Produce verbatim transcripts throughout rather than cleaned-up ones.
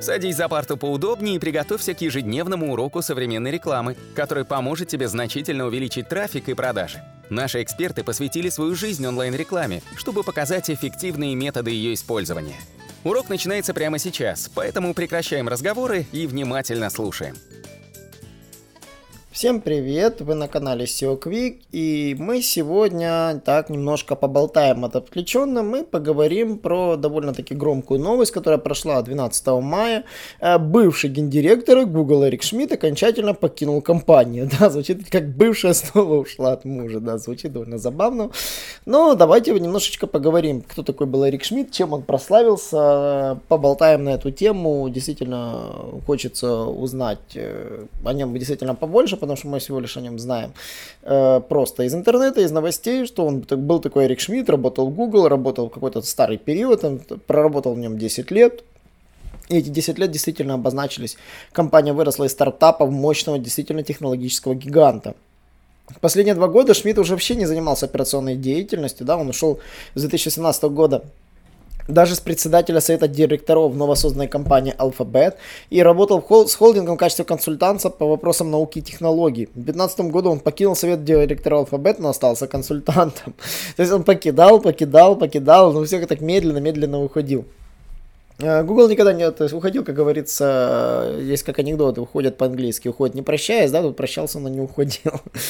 Садись за парту поудобнее и приготовься к ежедневному уроку современной рекламы, который поможет тебе значительно увеличить трафик и продажи. Наши эксперты посвятили свою жизнь онлайн-рекламе, чтобы показать эффективные методы ее использования. Урок начинается прямо сейчас, поэтому прекращаем разговоры и внимательно слушаем. Всем привет, вы на канале эс и о Quick, и мы сегодня так немножко поболтаем от отвлеченно, мы поговорим про довольно-таки громкую новость, которая прошла двенадцатого мая. Бывший гендиректор Google Эрик Шмидт окончательно покинул компанию. Да, звучит как бывшая снова ушла от мужа, да, звучит довольно забавно. Но давайте немножечко поговорим, кто такой был Эрик Шмидт, чем он прославился, поболтаем на эту тему, действительно хочется узнать о нем действительно побольше, потому что мы всего лишь о нем знаем э, просто из интернета, из новостей, что он был такой Эрик Шмидт, работал в Google, работал в какой-то старый период, он проработал в нем десять лет. И эти десять лет действительно обозначились. Компания выросла из стартапа в мощного, действительно технологического гиганта. Последние два года Шмидт уже вообще не занимался операционной деятельностью, да, он ушел с две тысячи семнадцатого года даже с председателя совета директоров новосозданной компании Alphabet и работал в хол- с холдингом в качестве консультанта по вопросам науки и технологий. В две тысячи пятнадцатом году он покинул совет директоров Alphabet, но остался консультантом. То есть он покидал, покидал, покидал, но все так медленно-медленно уходил. Google никогда не то есть, уходил, как говорится, есть как анекдоты, уходят по-английски, уходят не прощаясь, да, тут прощался, но не уходил.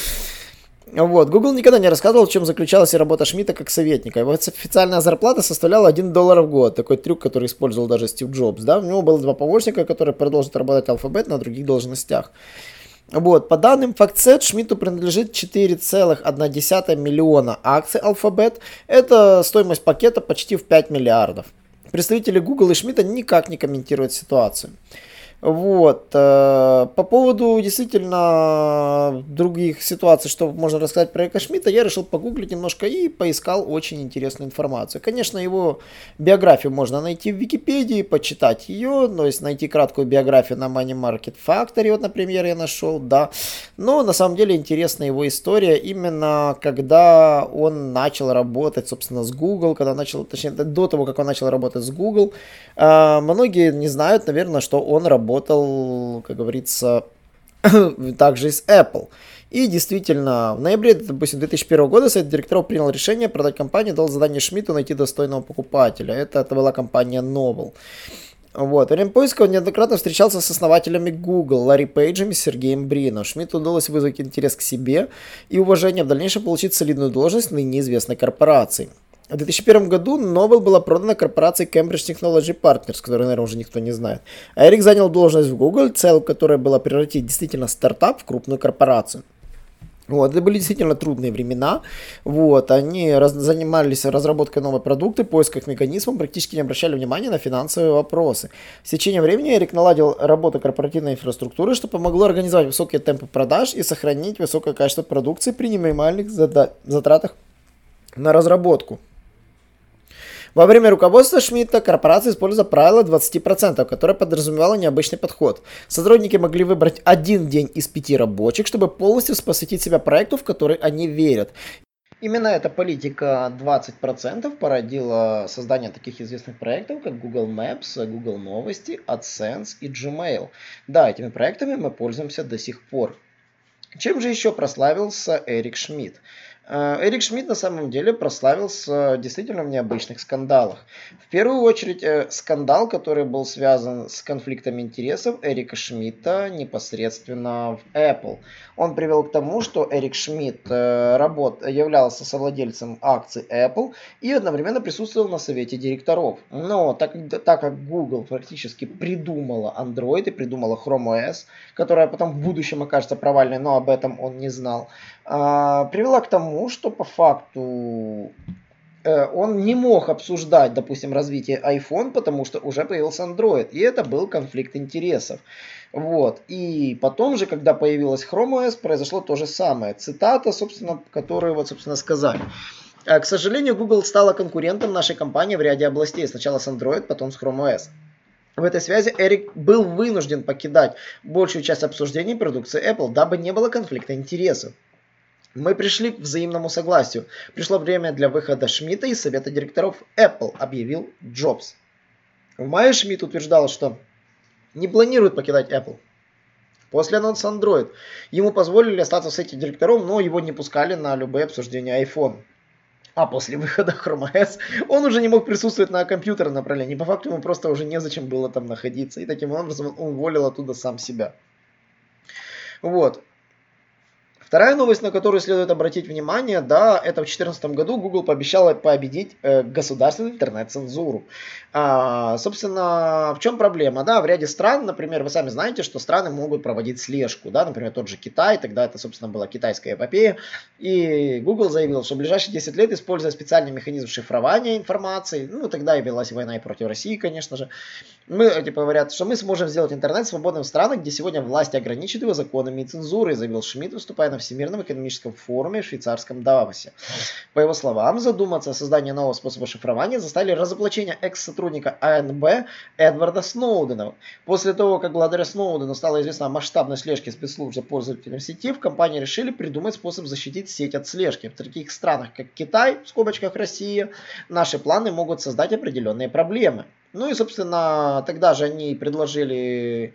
Вот. Google никогда не рассказывал, в чем заключалась работа Шмидта как советника. Его официальная зарплата составляла один доллар в год. Такой трюк, который использовал даже Стив Джобс. Да? У него было два помощника, которые продолжат работать в Alphabet на других должностях. Вот. По данным FactSet, Шмидту принадлежит четыре целых одна десятая миллиона акций Alphabet. Это стоимость пакета почти в пять миллиардов. Представители Google и Шмидта никак не комментируют ситуацию. Вот. По поводу действительно других ситуаций, что можно рассказать про Эрика Шмидта, я решил погуглить немножко и поискал очень интересную информацию. Конечно, его биографию можно найти в Википедии, почитать ее, то есть найти краткую биографию на Money Market Factory, вот, например, я нашел, да. Но на самом деле интересна его история именно когда он начал работать, собственно, с Google, когда начал, точнее, до того, как он начал работать с Google. Многие не знают, наверное, что он работал работал, как говорится, также и с Apple. И действительно, в ноябре, допустим, две тысячи первого года совет директоров принял решение продать компанию, дал задание Шмидту найти достойного покупателя. Это, это была компания Novell. Вот. Во время поиска он неоднократно встречался с основателями Google, Ларри Пейджем и Сергеем Брино. Шмидту удалось вызвать интерес к себе и уважение, в дальнейшем получить солидную должность в ныне известной корпорации. В две тысячи первом году Novell была продана корпорацией Cambridge Technology Partners, которую, наверное, уже никто не знает. А Эрик занял должность в Google, цель которой была превратить действительно стартап в крупную корпорацию. Вот, это были действительно трудные времена. Вот, они раз, занимались разработкой новых продуктов, поиском механизмов, практически не обращали внимания на финансовые вопросы. С течением времени Эрик наладил работу корпоративной инфраструктуры, что помогло организовать высокие темпы продаж и сохранить высокое качество продукции при минимальных затратах на разработку. Во время руководства Шмидта корпорация использовала правило двадцать процентов, которое подразумевало необычный подход. Сотрудники могли выбрать один день из пяти рабочих, чтобы полностью посвятить себя проекту, в который они верят. Именно эта политика двадцать процентов породила создание таких известных проектов, как Google Maps, Google Новости, AdSense и Gmail. Да, этими проектами мы пользуемся до сих пор. Чем же еще прославился Эрик Шмидт? Эрик Шмидт на самом деле прославился действительно в необычных скандалах. В первую очередь скандал, который был связан с конфликтом интересов Эрика Шмидта непосредственно в Apple. Он привел к тому, что Эрик Шмидт работ... являлся совладельцем акций Apple и одновременно присутствовал на совете директоров. Но так, так как Google практически придумала Android и придумала Chrome о эс, которая потом в будущем окажется провальной, но об этом он не знал, привела к тому, что по факту э, он не мог обсуждать, допустим, развитие iPhone, потому что уже появился Android, и это был конфликт интересов. Вот. И потом же, когда появилась Chrome о эс, произошло то же самое. Цитата, собственно, которую вот, собственно, сказали. К сожалению, Google стала конкурентом нашей компании в ряде областей. Сначала с Android, потом с Chrome о эс. В этой связи Эрик был вынужден покидать большую часть обсуждений продукции Apple, дабы не было конфликта интересов. Мы пришли к взаимному согласию. Пришло время для выхода Шмидта из совета директоров Apple, объявил Джобс. В мае Шмидт утверждал, что не планирует покидать Apple. После анонса Android ему позволили остаться в сети директором, но его не пускали на любые обсуждения iPhone. А после выхода Chrome о эс он уже не мог присутствовать на компьютерном направлении. По факту ему просто уже незачем было там находиться. И таким образом он уволил оттуда сам себя. Вот. Вторая новость, на которую следует обратить внимание, да, это в две тысячи четырнадцатом году Google пообещала победить э, государственную интернет-цензуру. А, собственно, в чем проблема? Да, в ряде стран, например, вы сами знаете, что страны могут проводить слежку, да, например, тот же Китай, тогда это, собственно, была китайская эпопея, и Google заявил, что в ближайшие десять лет, используя специальный механизм шифрования информации, ну, тогда и велась война и против России, конечно же, мы, типа, говорят, что мы сможем сделать интернет свободным в странах, где сегодня власти ограничивают его законами и цензурой, заявил Шмидт, выступая на Всемирном экономическом форуме в швейцарском Давосе. По его словам, задуматься о создании нового способа шифрования заставили разоблачение экс-сотрудника А Эн Бэ Эдварда Сноудена. После того, как благодаря Сноудену стало известно о масштабной слежке спецслужб за пользователем сети, в компании решили придумать способ защитить сеть от слежки. В таких странах, как Китай, в скобочках Россия, наши планы могут создать определенные проблемы. Ну и, собственно, тогда же они предложили,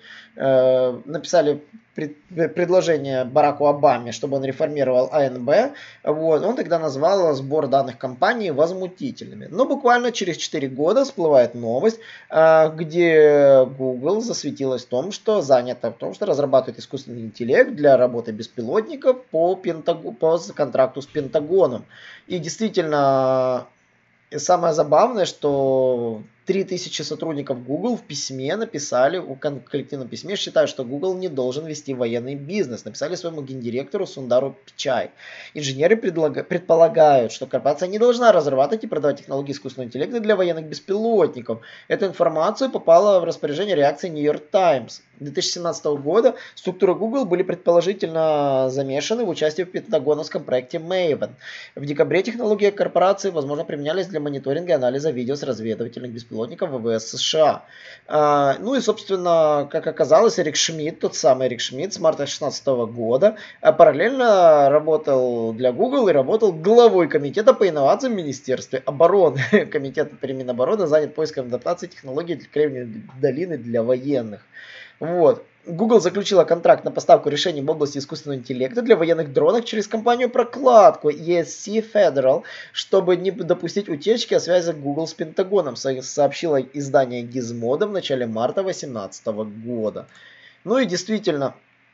э, написали пред, предложение Бараку Обаме, чтобы он реформировал А Эн Бэ. Вот. Он тогда назвал сбор данных компании возмутительными. Но буквально через четыре года всплывает новость, э, где Google засветилась в том, что занята в том, что разрабатывает искусственный интеллект для работы беспилотников по, Пентаг... по контракту с Пентагоном. И действительно, самое забавное, что три тысячи сотрудников Google в письме написали, в коллективном письме считают, что Google не должен вести военный бизнес. Написали своему гендиректору Сундару Пичай. Инженеры предлага, предполагают, что корпорация не должна разрабатывать и продавать технологии искусственного интеллекта для военных беспилотников. Эта информация попала в распоряжение реакции New York Times. две тысячи семнадцатого года структуры Google были предположительно замешаны в участии в пентагоновском проекте Maven. В декабре технологии корпорации, возможно, применялись для мониторинга и анализа видео с разведывательных беспилотников вэ вэ эс США. А, ну и, собственно, как оказалось, Эрик Шмидт, тот самый Эрик Шмидт с марта две тысячи шестнадцатого года, параллельно работал для Google и работал главой комитета по инновациям в Министерстве обороны. Комитет при Минобороны занят поиском адаптации технологий для Кремниевой долины для военных. Вот. Google заключила контракт на поставку решений в области искусственного интеллекта для военных дронов через компанию-прокладку и эс си Federal, чтобы не допустить утечки о связях Google с Пентагоном, сообщило издание Gizmodo в начале марта две тысячи восемнадцатого года. Ну и действительно,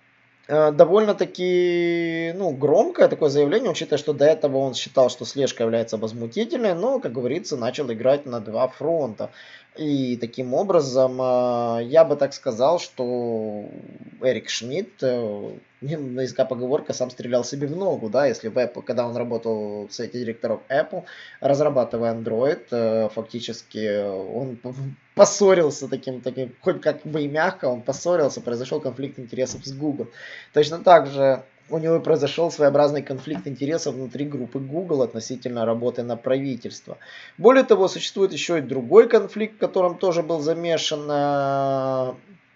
довольно-таки ну, громкое такое заявление, учитывая, что до этого он считал, что слежка является возмутительной, но, как говорится, начал играть на два фронта. И таким образом, я бы так сказал, что Эрик Шмидт, языка поговорка, сам стрелял себе в ногу, да, если в Apple, когда он работал в совете директоров Apple, разрабатывая Android, фактически он поссорился таким, таким, хоть как бы и мягко, он поссорился, произошел конфликт интересов с Google. Точно так же у него произошел своеобразный конфликт интересов внутри группы Google относительно работы на правительство. Более того, существует еще и другой конфликт, в котором тоже был замешан, э,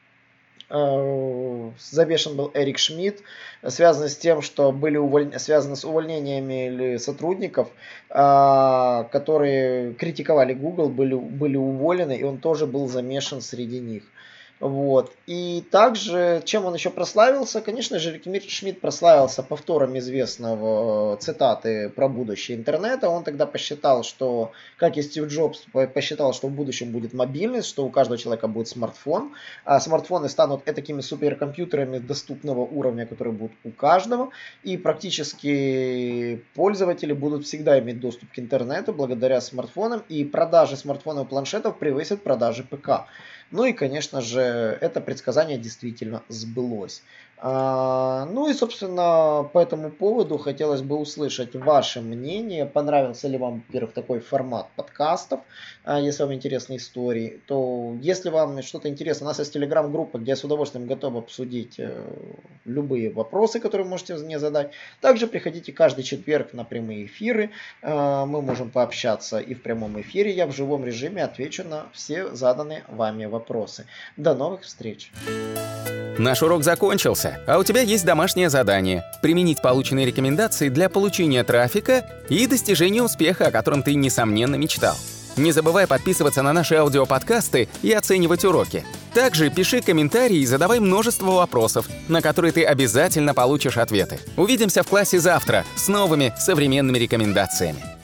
э, замешан был Эрик Шмидт, связанный с тем, что были уволь... связано с увольнениями сотрудников, э, которые критиковали Google, были, были уволены, и он тоже был замешан среди них. Вот. И также, чем он еще прославился, конечно же, Эрик Шмидт прославился повтором известного цитаты про будущее интернета. Он тогда посчитал, что, как и Стив Джобс посчитал, что в будущем будет мобильность, что у каждого человека будет смартфон, а смартфоны станут такими суперкомпьютерами доступного уровня, которые будут у каждого, и практически пользователи будут всегда иметь доступ к интернету благодаря смартфонам, и продажи смартфонов и планшетов превысят продажи ПК. Ну и, конечно же, это предсказание действительно сбылось. А, ну и, собственно, по этому поводу хотелось бы услышать ваше мнение. Понравился ли вам, во-первых, такой формат подкастов, а, если вам интересны истории, то если вам что-то интересно, у нас есть телеграм-группа, где я с удовольствием готов обсудить э, любые вопросы, которые вы можете мне задать. Также приходите каждый четверг на прямые эфиры. Э, мы можем пообщаться и в прямом эфире. Я в живом режиме отвечу на все заданные вами вопросы. До новых встреч! Наш урок закончился, а у тебя есть домашнее задание – применить полученные рекомендации для получения трафика и достижения успеха, о котором ты, несомненно, мечтал. Не забывай подписываться на наши аудиоподкасты и оценивать уроки. Также пиши комментарии и задавай множество вопросов, на которые ты обязательно получишь ответы. Увидимся в классе завтра с новыми современными рекомендациями.